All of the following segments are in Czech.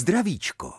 Zdravíčko.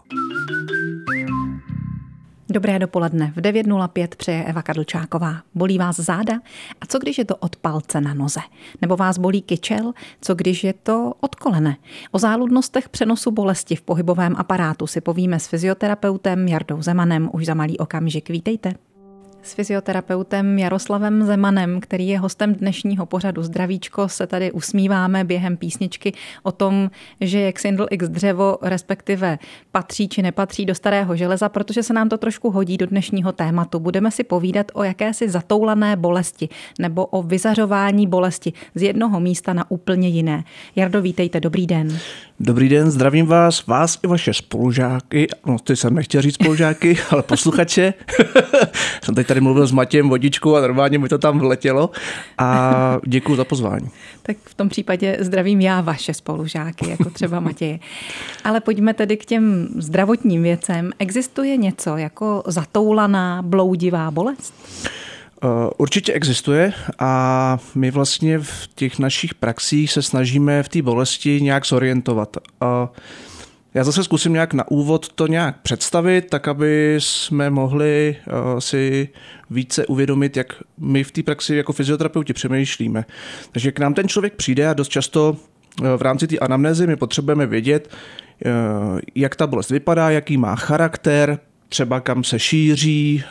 Dobré dopoledne. V 9:05 přeje Eva Kadlčáková. Bolí vás záda? A co když je to od palce na noze? Nebo vás bolí kyčel? Co když je to od kolene? O záludnostech přenosu bolesti v pohybovém aparátu si povíme s fyzioterapeutem Jardou Zemanem už za malý okamžik. Vítejte. S fyzioterapeutem Jaroslavem Zemanem, který je hostem dnešního pořadu Zdravíčko, se tady usmíváme během písničky o tom, že jak Syndl X dřevo respektive patří či nepatří do starého železa, protože se nám to trošku hodí do dnešního tématu. Budeme si povídat o jakési zatoulané bolesti nebo o vyzařování bolesti z jednoho místa na úplně jiné. Jardo, vítejte, dobrý den. Dobrý den, zdravím vás i vaše spolužáky, no ty jsem nechtěl říct spolužáky, ale posluchače. Jsem tady mluvil s Matějem Vodičkou a normálně mi to tam vletělo a děkuju za pozvání. Tak v tom případě zdravím já vaše spolužáky, jako třeba Matěje. Ale pojďme tedy k těm zdravotním věcem. Existuje něco jako zatoulaná bloudivá bolest? Určitě existuje a my vlastně v těch našich praxích se snažíme v té bolesti nějak zorientovat. Já zase zkusím nějak na úvod to nějak představit, tak aby jsme mohli si více uvědomit, jak my v té praxi jako fyzioterapeuti přemýšlíme. Takže k nám ten člověk přijde a dost často v rámci té anamnézy my potřebujeme vědět, jak ta bolest vypadá, jaký má charakter, třeba kam se šíří,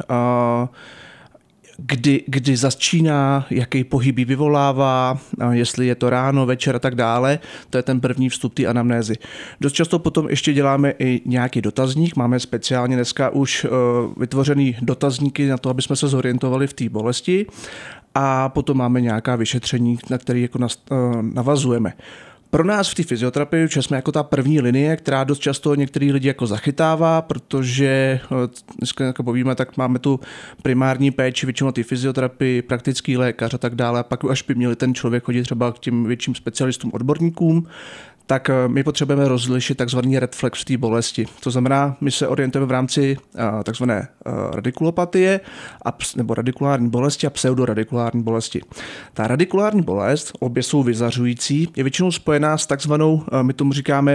kdy začíná, jaký pohyb ji vyvolává, jestli je to ráno, večer a tak dále. To je ten první vstup té anamnézy. Dost často potom ještě děláme i nějaký dotazník. Máme speciálně dneska už vytvořený dotazníky na to, aby jsme se zorientovali v té bolesti. A potom máme nějaká vyšetření, na které jako navazujeme. Pro nás v té fyzioterapii jsme jako ta první linie, která dost často některý lidi jako zachytává, protože dneska jako povíme, tak máme tu primární péči, většinou ty fyzioterapii, praktický lékař a tak dále. A pak až by měli ten člověk chodit třeba k těm větším specialistům, odborníkům, tak my potřebujeme rozlišit takzvaný red flag v té bolesti. To znamená, my se orientujeme v rámci takzvané radikulopatie nebo radikulární bolesti a pseudoradikulární bolesti. Ta radikulární bolest, obě jsou vyzařující, je většinou spojená s takzvanou, my tomu říkáme,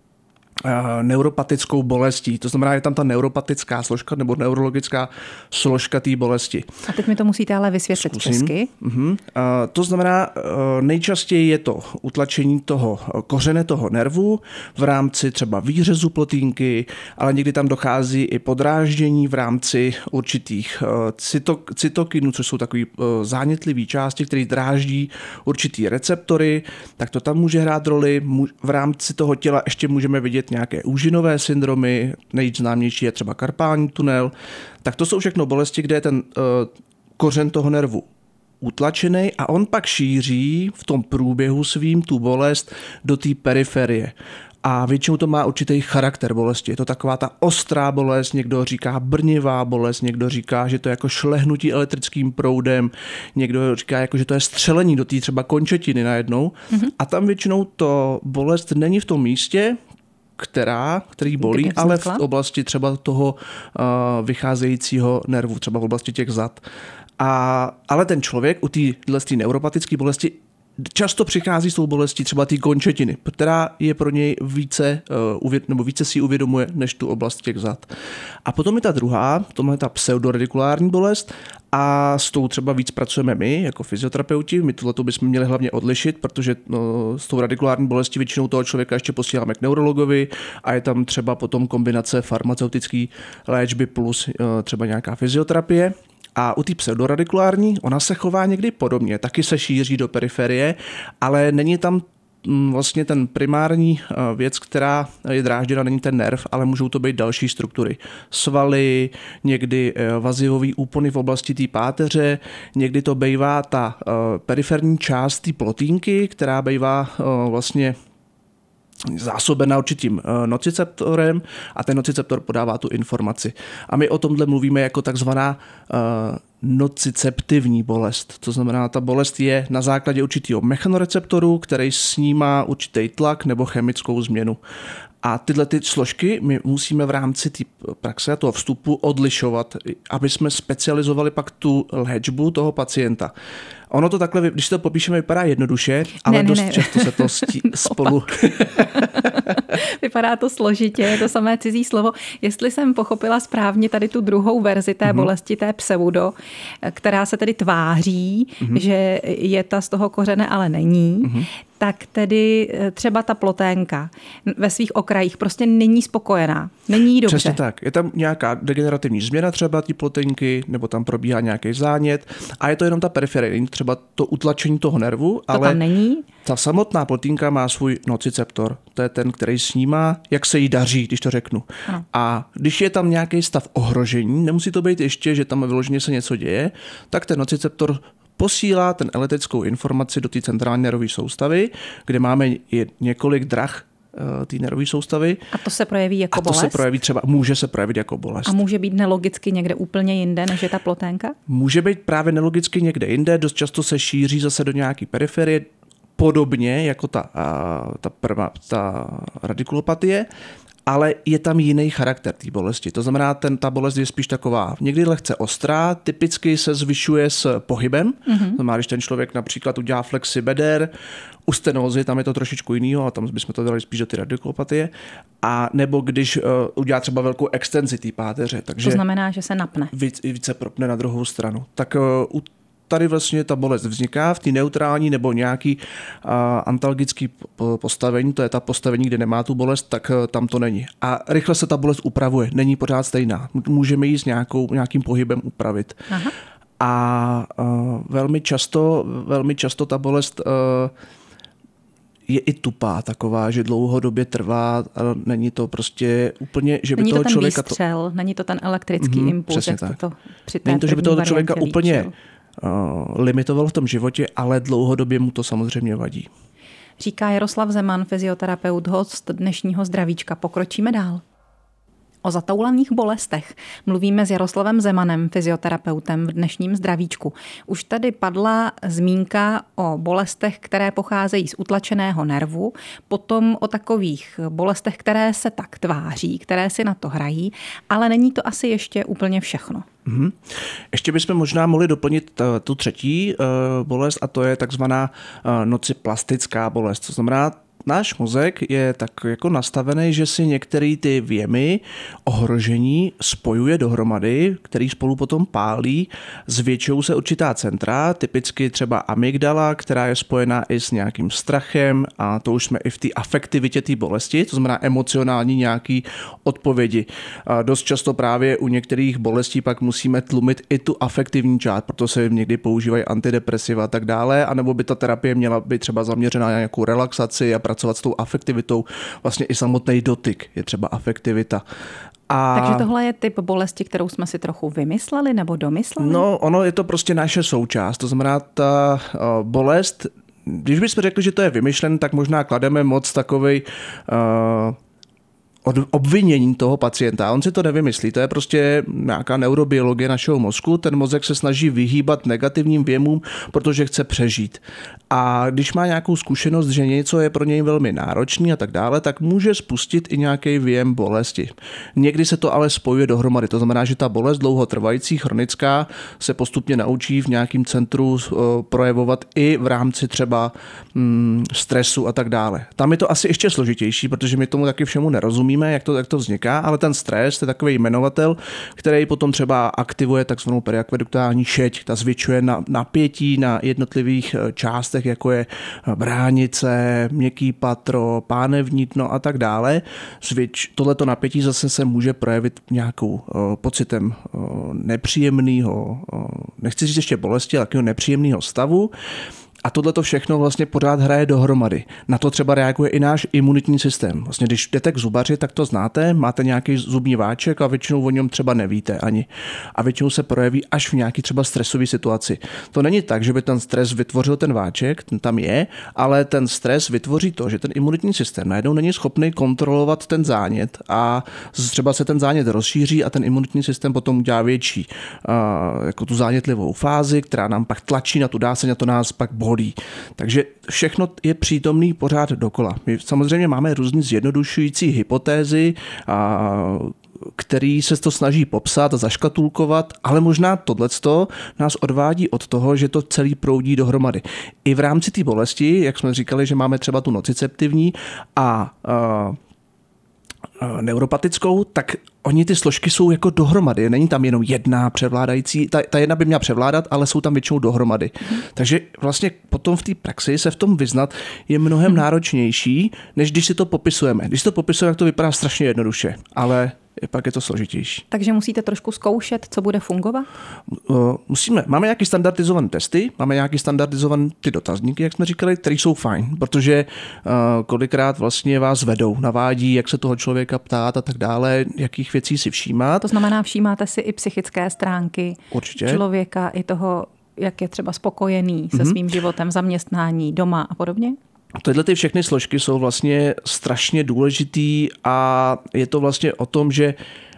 neuropatickou bolestí. To znamená, je tam ta neuropatická složka nebo neurologická složka té bolesti. A teď mi to musíte ale vysvětlit česky. To znamená, nejčastěji je to utlačení toho kořene toho nervu v rámci třeba výřezu plotínky, ale někdy tam dochází i podráždění v rámci určitých cytokinů, což jsou takový zánětlivé části, které dráždí určitý receptory, tak to tam může hrát roli. V rámci toho těla ještě můžeme vidět nějaké úžinové syndromy, nejznámější je třeba karpální tunel, tak to jsou všechno bolesti, kde je ten kořen toho nervu utlačený a on pak šíří v tom průběhu svým tu bolest do té periferie. A většinou to má určitý charakter bolesti. Je to taková ta ostrá bolest, někdo říká brnivá bolest, někdo říká, že to je jako šlehnutí elektrickým proudem, někdo říká, jako, že to je střelení do té třeba končetiny najednou. A tam většinou to bolest není v tom místě, který bolí, ale v oblasti třeba toho vycházejícího nervu, třeba v oblasti těch zad. Ale ten člověk u téhle neuropatické bolesti často přichází s tou bolestí třeba té končetiny, která je pro něj více si ji uvědomuje než tu oblast těch zad. A potom je ta druhá, to je ta pseudoradikulární bolest a s tou třeba víc pracujeme my jako fyzioterapeuti. My tohleto bychom měli hlavně odlišit, protože s tou radikulární bolestí většinou toho člověka ještě posíláme k neurologovi a je tam třeba potom kombinace farmaceutické léčby plus třeba nějaká fyzioterapie. A u té pseudoradikulární, ona se chová někdy podobně, taky se šíří do periferie, ale není tam vlastně ten primární věc, která je drážděna, není ten nerv, ale můžou to být další struktury. Svaly, někdy vazivové úpony v oblasti té páteře, někdy to bývá ta periferní část té plotínky, která bývá vlastně zásobena určitým nociceptorem a ten nociceptor podává tu informaci. A my o tomhle mluvíme jako takzvaná nociceptivní bolest. To znamená, ta bolest je na základě určitého mechanoreceptoru, který snímá určitý tlak nebo chemickou změnu. A tyhle ty složky my musíme v rámci té praxe a toho vstupu odlišovat, aby jsme specializovali pak tu léčbu toho pacienta. Ono to takhle, když to popíšeme, vypadá jednoduše, ale dost často se to spolu... Vypadá to složitě, je to samé cizí slovo. Jestli jsem pochopila správně tady tu druhou verzi té bolesti, té pseudo, která se tedy tváří, že je ta z toho kořene, ale není, tak tedy třeba ta ploténka ve svých okrajích prostě není spokojená, není dobře. Přesně tak. Je tam nějaká degenerativní změna třeba té ploténky, nebo tam probíhá nějaký zánět a je to jenom ta periferie, není třeba to utlačení toho nervu, ale tam není. Ta samotná plotínka má svůj nociceptor. To je ten, který snímá, jak se jí daří, když to řeknu. Ano. A když je tam nějaký stav ohrožení, nemusí to být ještě, že tam vyloženě se něco děje, tak ten nociceptor posílá ten elektrickou informaci do té centrální nervové soustavy, kde máme několik drah té nervové soustavy. A to se projeví jako bolest? A to se projeví může se projevit jako bolest. A může být nelogicky někde úplně jinde, než je ta ploténka? Může být právě nelogicky někde jinde, dost často se šíří zase do nějaké periferie, podobně jako ta radikulopatie, ale je tam jiný charakter té bolesti. To znamená, ta bolest je spíš taková někdy lehce ostrá, typicky se zvyšuje s pohybem. To znamená, když ten člověk například udělá flexi beder, u stenózy, tam je to trošičku jinýho, a tam bychom to dali spíš do ty radikulopatie, a nebo když udělá třeba velkou extenzi té páteře. Takže to znamená, že se napne. Více propne na druhou stranu. Tak tady vlastně ta bolest vzniká v té neutrální nebo nějaký antalgický postavení, to je ta postavení, kde nemá tu bolest, tak tam to není. A rychle se ta bolest upravuje, není pořád stejná. Můžeme ji s nějakým pohybem upravit. Aha. A velmi často ta bolest je i tupá taková, že dlouhodobě trvá, ale není to prostě úplně, že by není toho to ten člověka... výstřel, není to ten elektrický impuls, jak to při té není to, že by toho člověka variantě úplně limitoval v tom životě, ale dlouhodobě mu to samozřejmě vadí. Říká Jaroslav Zeman, fyzioterapeut, host dnešního Zdravíčka. Pokročíme dál. O zatoulaných bolestech mluvíme s Jaroslavem Zemanem, fyzioterapeutem v dnešním Zdravíčku. Už tady padla zmínka o bolestech, které pocházejí z utlačeného nervu, potom o takových bolestech, které se tak tváří, které si na to hrají, ale není to asi ještě úplně všechno. Ještě bychom možná mohli doplnit tu třetí bolest, a to je takzvaná nociplastická bolest. To znamená, náš mozek je tak jako nastavený, že si některé ty vjemy, ohrožení spojuje dohromady, který spolu potom pálí, zvětšují se určitá centra, typicky třeba amygdala, která je spojená i s nějakým strachem, a to už jsme i v té afektivitě té bolesti, to znamená emocionální nějaký odpovědi. A dost často právě u některých bolestí pak musíme tlumit i tu afektivní část, proto se někdy používají antidepresiva a tak dále, anebo by ta terapie měla být třeba zaměřená na nějakou relaxaci a pracovat s tou afektivitou. Vlastně i samotný dotyk je třeba afektivita. Takže tohle je typ bolesti, kterou jsme si trochu vymysleli nebo domysleli? No, ono je to prostě naše součást. To znamená, ta bolest, když bychom řekli, že to je vymyšlen, tak možná klademe moc takovej obvinění toho pacienta. On si to nevymyslí, to je prostě nějaká neurobiologie našeho mozku. Ten mozek se snaží vyhýbat negativním vjemům, protože chce přežít. A když má nějakou zkušenost, že něco je pro něj velmi náročný a tak dále, tak může spustit i nějaký vjem bolesti. Někdy se to ale spojuje dohromady. To znamená, že ta bolest dlouhotrvající, chronická, se postupně naučí v nějakém centru projevovat i v rámci třeba stresu a tak dále. Tam je to asi ještě složitější, protože my tomu taky všemu nerozumíme, jak to vzniká, ale ten stres, to je takový jmenovatel, který potom třeba aktivuje takzvanou periakveduktální šeť, ta zvětšuje napětí na jednotlivých částech, jako je bránice, měkký patro, pánevní dno a tak dále. Tohleto napětí zase se může projevit nějakou pocitem nepříjemného, nechci říct ještě bolesti, ale takového nepříjemného stavu. A tohleto všechno vlastně pořád hraje dohromady. Na to třeba reaguje i náš imunitní systém. Vlastně když jdete k zubaři, tak to znáte, máte nějaký zubní váček a většinou o něm třeba nevíte ani. A většinou se projeví až v nějaký třeba stresové situaci. To není tak, že by ten stres vytvořil ten váček, ten tam je, ale ten stres vytvoří to, že ten imunitní systém najednou není schopný kontrolovat ten zánět a třeba se ten zánět rozšíří a ten imunitní systém potom udělá větší jako tu zánětlivou fázi, která nám pak tlačí na tu dáseň a to nás pak bolí. Takže všechno je přítomný pořád dokola. My samozřejmě máme různý zjednodušující hypotézy a který se to snaží popsat a zaškatulkovat, ale možná tohleto nás odvádí od toho, že to celý proudí dohromady. I v rámci té bolesti, jak jsme říkali, že máme třeba tu nociceptivní a neuropatickou, tak oni ty složky jsou jako dohromady. Není tam jenom jedna převládající, ta jedna by měla převládat, ale jsou tam většinou dohromady. Takže vlastně potom v té praxi se v tom vyznat je mnohem náročnější, než když si to popisujeme. Když si to popisujeme, tak to vypadá strašně jednoduše, ale pak je to složitější. Takže musíte trošku zkoušet, co bude fungovat? Máme nějaký standardizované testy, máme nějaký standardizované ty dotazníky, jak jsme říkali, které jsou fajn, protože kolikrát vlastně vás vedou, navádí, jak se toho člověka ptát a tak dále, jakých věcí si všímat. To znamená, všímáte si i psychické stránky člověka, i toho, jak je třeba spokojený se svým životem, zaměstnání, doma a podobně? Tyhle ty všechny složky jsou vlastně strašně důležitý a je to vlastně o tom, že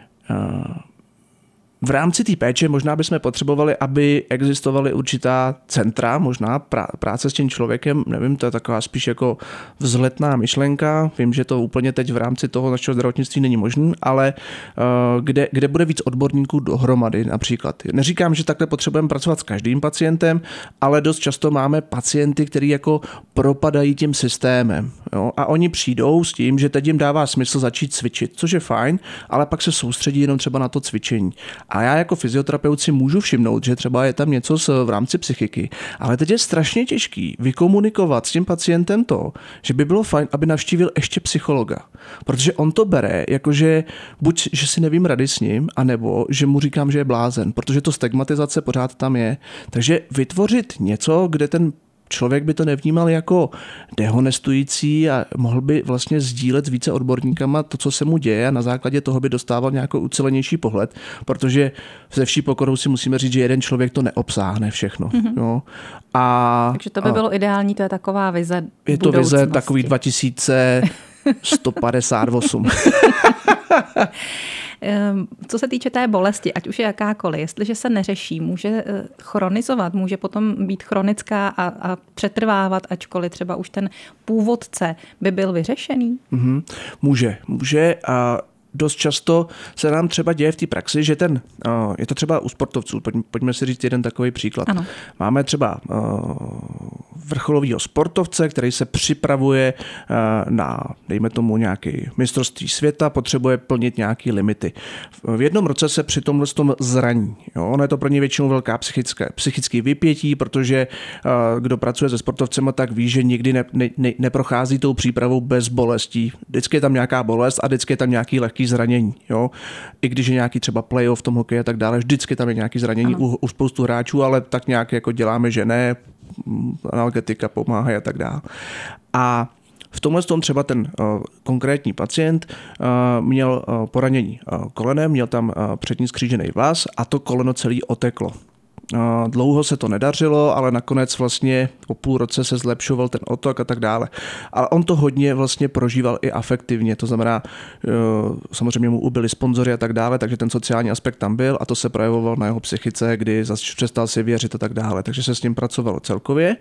v rámci té péče možná bychom potřebovali, aby existovaly určitá centra, možná práce s tím člověkem, nevím, to je taková spíš jako vzletná myšlenka, vím, že to úplně teď v rámci toho našeho zdravotnictví není možné, ale kde bude víc odborníků dohromady například. Neříkám, že takhle potřebujeme pracovat s každým pacientem, ale dost často máme pacienty, kteří jako propadají tím systémem. Jo? A oni přijdou s tím, že teď jim dává smysl začít cvičit, což je fajn, ale pak se soustředí jenom třeba na to cvičení. A já jako fyzioterapeut si můžu všimnout, že třeba je tam něco v rámci psychiky, ale teď je strašně těžký vykomunikovat s tím pacientem to, že by bylo fajn, aby navštívil ještě psychologa. Protože on to bere, jakože buď, že si nevím rady s ním, anebo, že mu říkám, že je blázen, protože to stigmatizace pořád tam je. Takže vytvořit něco, kde ten člověk by to nevnímal jako dehonestující a mohl by vlastně sdílet s více odborníkama to, co se mu děje a na základě toho by dostával nějaký ucelenější pohled, protože ze vší pokorou si musíme říct, že jeden člověk to neobsáhne všechno. Mm-hmm. Jo. Takže to by bylo ideální, to je taková vize je to vize takový 2158. Co se týče té bolesti, ať už je jakákoliv, jestliže se neřeší, může chronizovat, může potom být chronická a přetrvávat, ačkoliv třeba už ten původce by byl vyřešený? Mm-hmm. Může a dost často se nám třeba děje v té praxi, že je to třeba u sportovců, pojďme si říct jeden takový příklad. Ano. Máme třeba vrcholového sportovce, který se připravuje na, dejme tomu, nějaký mistrovství světa, potřebuje plnit nějaké limity. V jednom roce se při tomhle zraní. Jo? Ono je to pro ně většinou velká psychické vypětí, protože kdo pracuje se sportovcem, tak ví, že nikdy neprochází tou přípravou bez bolestí. Vždycky je tam nějaká bolest a vždycky je tam nějaký lehký zranění. Jo? I když je nějaký třeba playoff v tom hokeji a tak dále, vždycky tam je nějaký zranění u spoustu hráčů, ale tak nějak jako děláme, že ne, analgetika pomáhá a tak dále. A v tomhle tom třeba ten konkrétní pacient měl poranění kolenem, měl tam přední skřížený vaz a to koleno celý oteklo. Dlouho se to nedařilo, ale nakonec vlastně po půl roce se zlepšoval ten otok a tak dále. Ale on to hodně vlastně prožíval i afektivně, to znamená, samozřejmě mu ubyli sponzory a tak dále, takže ten sociální aspekt tam byl a to se projevovalo na jeho psychice, kdy zase přestal si věřit a tak dále, takže se s ním pracovalo celkově.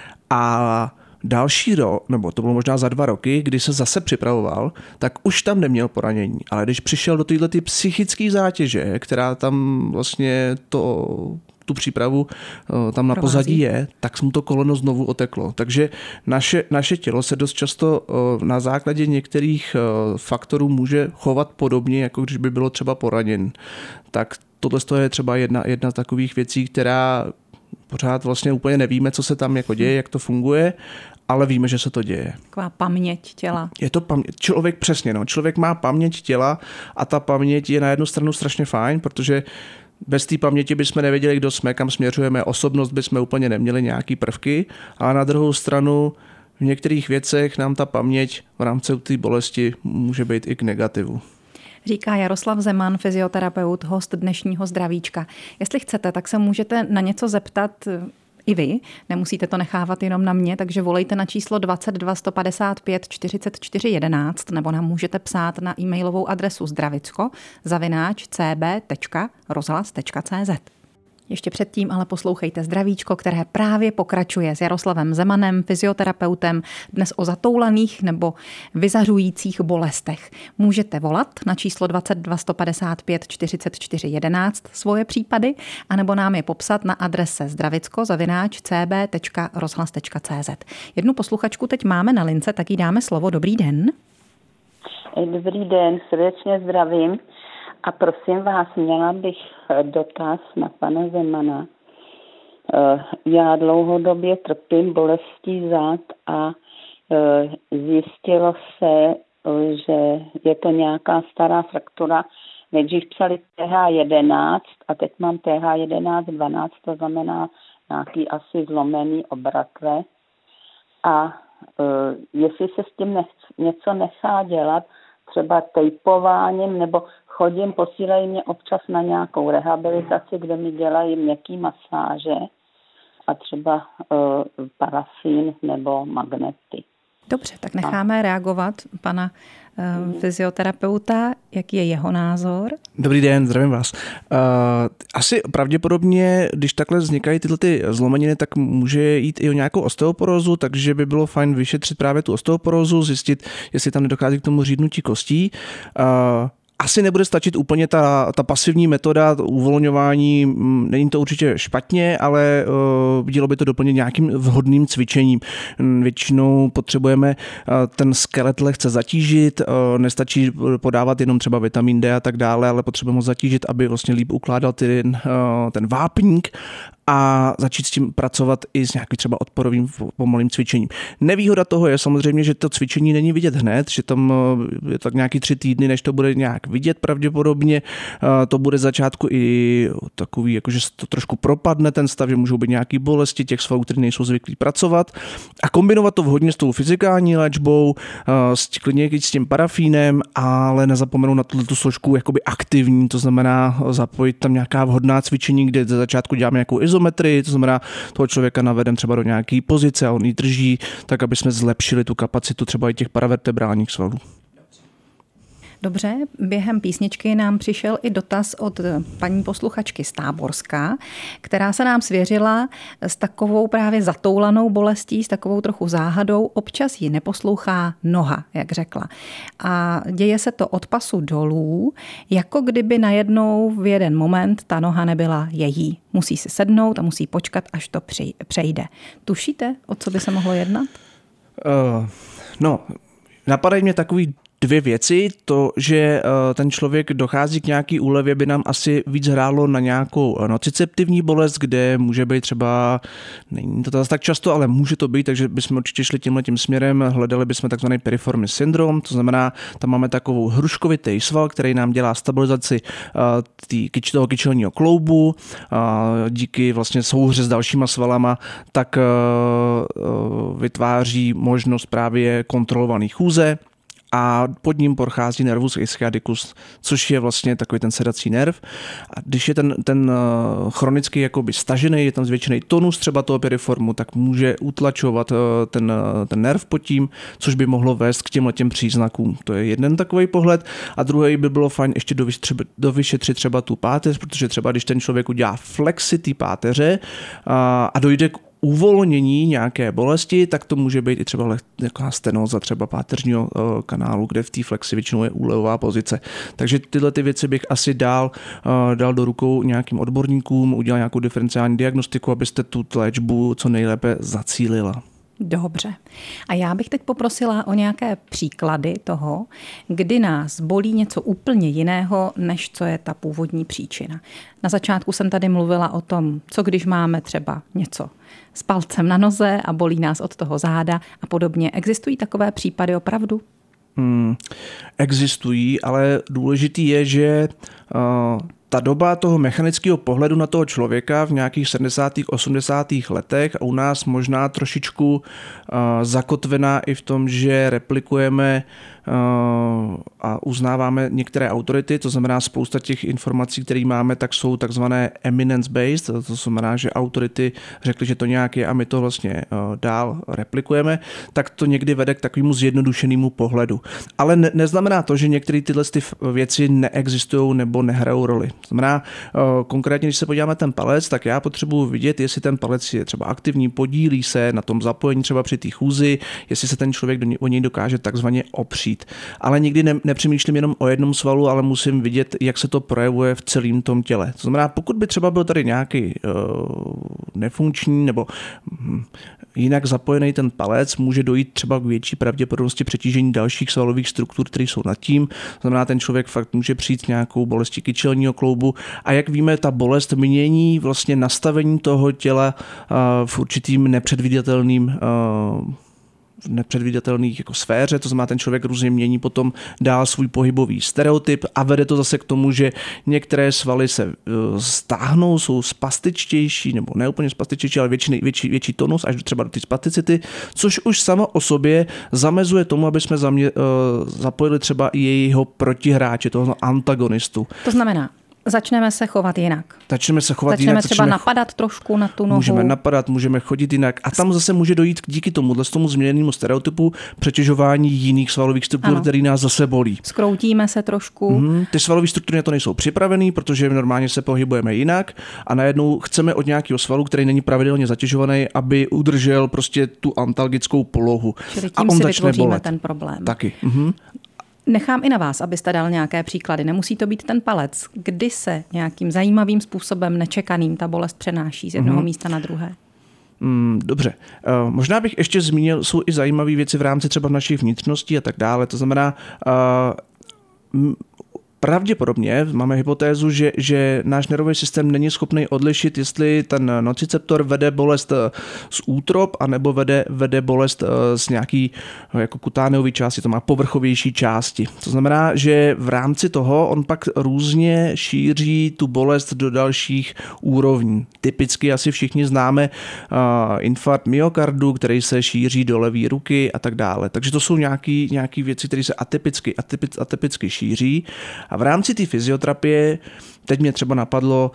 A další rok, nebo to bylo možná za 2 roky, kdy se zase připravoval, tak už tam neměl poranění. Ale když přišel do této psychické zátěže, která tam vlastně tu přípravu tam na pozadí je, tak mu to koleno znovu oteklo. Takže naše tělo se dost často na základě některých faktorů může chovat podobně, jako když by bylo třeba poraněn. Tak tohle je třeba jedna z takových věcí, která pořád vlastně úplně nevíme, co se tam jako děje, jak to funguje, ale víme, že se to děje. Taková paměť těla. Je to člověk přesně, člověk má paměť těla a ta paměť je na jednu stranu strašně fajn, protože bez té paměti bychom nevěděli, kdo jsme, kam směřujeme, osobnost bychom úplně neměli nějaký prvky, ale na druhou stranu v některých věcech nám ta paměť v rámci té bolesti může být i k negativu. Říká Jaroslav Zeman, fyzioterapeut, host dnešního Zdravíčka. Jestli chcete, tak se můžete na něco zeptat i vy. Nemusíte to nechávat jenom na mě, takže volejte na číslo 22 155 44 11 nebo nám můžete psát na e-mailovou adresu zdravicko@cb.rozhlas.cz. Ještě předtím ale poslouchejte Zdravíčko, které právě pokračuje s Jaroslavem Zemanem, fyzioterapeutem, dnes o zatoulaných nebo vyzařujících bolestech. Můžete volat na číslo 22 155 44 11 svoje případy, anebo nám je popsat na adrese zdravicko@cb.rozhlas.cz. Jednu posluchačku teď máme na lince, tak jí dáme slovo. Dobrý den. Dobrý den, srdečně zdravím. A prosím vás, měla bych dotaz na pana Zemana. Já dlouhodobě trpím bolestí zad a zjistilo se, že je to nějaká stará fraktura. Nejdřív psali TH11 a teď mám TH11-12, to znamená nějaký asi zlomený obratve. A jestli se s tím něco nechá dělat, třeba tejpováním, nebo posílají mě občas na nějakou rehabilitaci, kde mi dělají měkký masáže a třeba parafín nebo magnety. Dobře, tak necháme reagovat pana fyzioterapeuta. Jaký je jeho názor? Dobrý den, zdravím vás. Asi pravděpodobně, když takhle vznikají tyhle ty zlomeniny, tak může jít i o nějakou osteoporózu, takže by bylo fajn vyšetřit právě tu osteoporózu, zjistit, jestli tam nedochází k tomu řídnutí kostí. Asi nebude stačit úplně ta pasivní metoda uvolňování, není to určitě špatně, ale dělo by to doplnit nějakým vhodným cvičením. Většinou potřebujeme ten skelet lehce zatížit, nestačí podávat jenom třeba vitamin D a tak dále, ale potřebujeme ho zatížit, aby vlastně líp ukládal ten vápník a začít s tím pracovat i s nějakým třeba odporovým pomalým cvičením. Nevýhoda toho je samozřejmě, že to cvičení není vidět hned, že tam je tak nějaký 3 týdny, než to bude nějak vidět pravděpodobně. To bude začátku i takový, jakože to trošku propadne ten stav, že můžou být nějaké bolesti těch svalů, které nejsou zvyklí pracovat. A kombinovat to vhodně s tou fyzikální léčbou, klidně s tím parafínem, ale nezapomenout na tu složku jakoby aktivní, to znamená zapojit tam nějaká vhodná cvičení, kde ze začátku děláme nějakou izometrii, to znamená toho člověka navedeme třeba do nějaké pozice a on ji drží, tak aby jsme zlepšili tu kapacitu třeba i těch paravertebrálních svalů. Dobře, během písničky nám přišel i dotaz od paní posluchačky z Táborska, která se nám svěřila s takovou právě zatoulanou bolestí, s takovou trochu záhadou. Občas ji neposlouchá noha, jak řekla. A děje se to od pasu dolů, jako kdyby najednou v jeden moment ta noha nebyla její. Musí si sednout a musí počkat, až to přejde. Tušíte, o co by se mohlo jednat? Napadají mě takový 2 věci. To, že ten člověk dochází k nějaký úlevě, by nám asi víc hrálo na nějakou nociceptivní bolest, kde může být třeba, není to tak často, ale může to být, takže bychom určitě šli tímhletím směrem, hledali bychom takzvaný piriformní syndrom, to znamená, tam máme takovou hruškovitý sval, který nám dělá stabilizaci toho kyčelního kloubu, díky vlastně souhře s dalšíma svalama, tak vytváří možnost právě kontrolovaný chůze. A pod ním prochází nervus ischiadicus, což je vlastně takový ten sedací nerv. A když je ten chronicky jakoby stažený, je tam zvětšený tonus třeba toho piriformu, tak může utlačovat ten nerv pod tím, což by mohlo vést k těmhletěm příznakům. To je jeden takový pohled. A druhý by bylo fajn ještě dovyšetřit třeba tu páteř, protože třeba když ten člověk udělá flexi té páteře a dojde k uvolnění nějaké bolesti, tak to může být i třeba nějaká stenóza třeba páteřního kanálu, kde v té flexi většinou je úlevová pozice. Takže tyhle ty věci bych asi dal do rukou nějakým odborníkům, udělal nějakou diferenciální diagnostiku, abyste tu léčbu co nejlépe zacílila. Dobře. A já bych teď poprosila o nějaké příklady toho, kdy nás bolí něco úplně jiného, než co je ta původní příčina. Na začátku jsem tady mluvila o tom, co když máme třeba něco s palcem na noze a bolí nás od toho záda a podobně. Existují takové případy opravdu? Existují, ale důležitý je, že ta doba toho mechanického pohledu na toho člověka v nějakých 70. 80. letech a u nás možná trošičku zakotvená i v tom, že replikujeme a uznáváme některé autority, to znamená spousta těch informací, které máme, tak jsou takzvané eminence-based, to znamená, že autority řekly, že to nějak je a my to vlastně dál replikujeme, tak to někdy vede k takovému zjednodušenému pohledu. Ale neznamená to, že některé tyhle věci neexistují nebo nehrajou roli. To znamená, konkrétně, když se podíváme ten palec, tak já potřebuji vidět, jestli ten palec je třeba aktivní, podílí se na tom zapojení třeba při té chůzi, jestli se ten člověk o něj dokáže takzvaně opřít. Ale nikdy nepřemýšlím jenom o jednom svalu, ale musím vidět, jak se to projevuje v celém tom těle. To znamená, pokud by třeba byl tady nějaký nefunkční nebo jinak zapojený ten palec, může dojít třeba k větší pravděpodobnosti přetížení dalších svalových struktur, které jsou nad tím. To znamená, ten člověk fakt může přijít s nějakou bolestí kyčelního kloubu a jak víme, ta bolest mění vlastně nastavení toho těla v určitým nepředvídatelných jako sféře, to znamená, ten člověk různě mění potom dál svůj pohybový stereotyp a vede to zase k tomu, že některé svaly se stáhnou, jsou spastičtější, nebo ne úplně spastičtější, ale větší tonus až třeba do té spasticity, což už samo o sobě zamezuje tomu, aby jsme zapojili třeba i jejího protihráče, toho antagonistu. To znamená, začneme se chovat jinak. Začneme třeba napadat trošku na tu nohu. Můžeme napadat, můžeme chodit jinak. A tam zase může dojít díky tomu změněnému stereotypu přetěžování jiných svalových struktur, který nás zase bolí. Skroutíme se trošku. Ty svalové struktury na to nejsou připravený, protože normálně se pohybujeme jinak a najednou chceme od nějakého svalu, který není pravidelně zatěžovaný, aby udržel prostě tu antalgickou polohu. Čili tím si vytvoříme ten problém. Taky. Nechám i na vás, abyste dal nějaké příklady. Nemusí to být ten palec. Kdy se nějakým zajímavým způsobem nečekaným ta bolest přenáší z jednoho místa na druhé? Dobře. Možná bych ještě zmínil, jsou i zajímavé věci v rámci třeba našich vnitřností a tak dále. To znamená, pravděpodobně máme hypotézu, že náš nervový systém není schopný odlišit, jestli ten nociceptor vede bolest z útrop, anebo vede bolest z nějaký jako kutáneový části, to má povrchovější části. To znamená, že v rámci toho on pak různě šíří tu bolest do dalších úrovní. Typicky asi všichni známe infarkt myokardu, který se šíří do levé ruky a tak dále. Takže to jsou nějaký věci, které se atypicky šíří. A v rámci té fyzioterapie, teď mě třeba napadlo,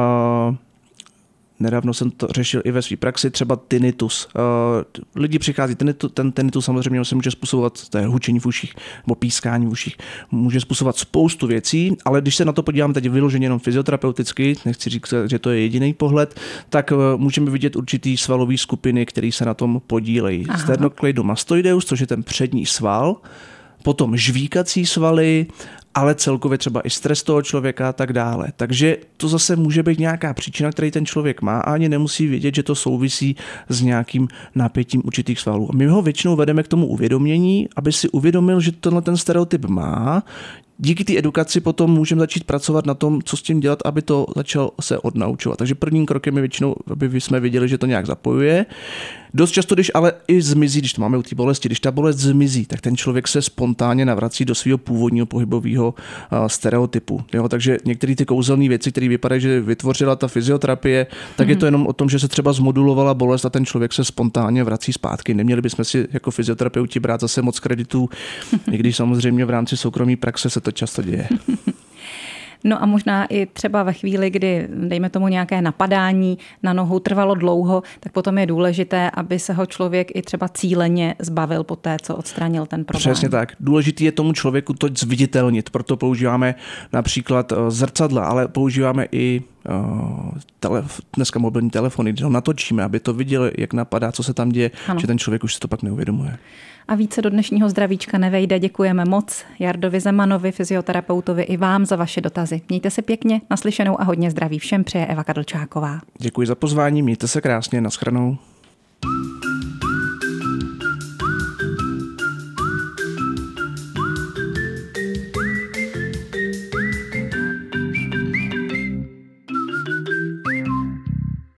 nedávno jsem to řešil i ve své praxi, třeba tinnitus. Lidi přichází, ten tinnitus samozřejmě se může způsobovat, to je hučení v uších nebo pískání v uších, může způsobovat spoustu věcí, ale když se na to podívám teď vyloženě jenom fyzioterapeuticky, nechci říct, že to je jediný pohled, tak můžeme vidět určitý svalové skupiny, které se na tom podílejí. Sternocleidomastoideus, což je ten přední sval, potom žvíkací svaly, ale celkově třeba i stres toho člověka a tak dále. Takže to zase může být nějaká příčina, který ten člověk má a ani nemusí vědět, že to souvisí s nějakým napětím určitých svalů. A my ho většinou vedeme k tomu uvědomění, aby si uvědomil, že tenhle ten stereotyp má. Díky té edukaci potom můžeme začít pracovat na tom, co s tím dělat, aby to začal se odnaučovat. Takže prvním krokem je většinou, aby jsme viděli, že to nějak zapojuje. Dost často, když ale i zmizí, když to máme u té bolesti, když ta bolest zmizí, tak ten člověk se spontánně navrací do svého původního pohybového stereotypu. Jo? Takže některé ty kouzelné věci, které vypadají, že vytvořila ta fyzioterapie, tak je to jenom o tom, že se třeba zmodulovala bolest a ten člověk se spontánně vrací zpátky. Neměli bychom si jako fyzioterapeuti brát zase moc kreditů, i když samozřejmě v rámci soukromé praxe se to často děje. No a možná i třeba ve chvíli, kdy, dejme tomu, nějaké napadání na nohu trvalo dlouho, tak potom je důležité, aby se ho člověk i třeba cíleně zbavil po té, co odstranil ten problém. Přesně tak. Důležité je tomu člověku to zviditelnit, proto používáme například zrcadla, ale používáme i dneska mobilní telefony, když ho natočíme, aby to viděl, jak napadá, co se tam děje, že ten člověk už si to pak neuvědomuje. A více do dnešního zdravíčka nevejde. Děkujeme moc Jardovi Zemanovi, fyzioterapeutovi, i vám za vaše dotazy. Mějte se pěkně, naslyšenou a hodně zdraví všem přeje Eva Kadlčáková. Děkuji za pozvání, mějte se krásně, nashledanou.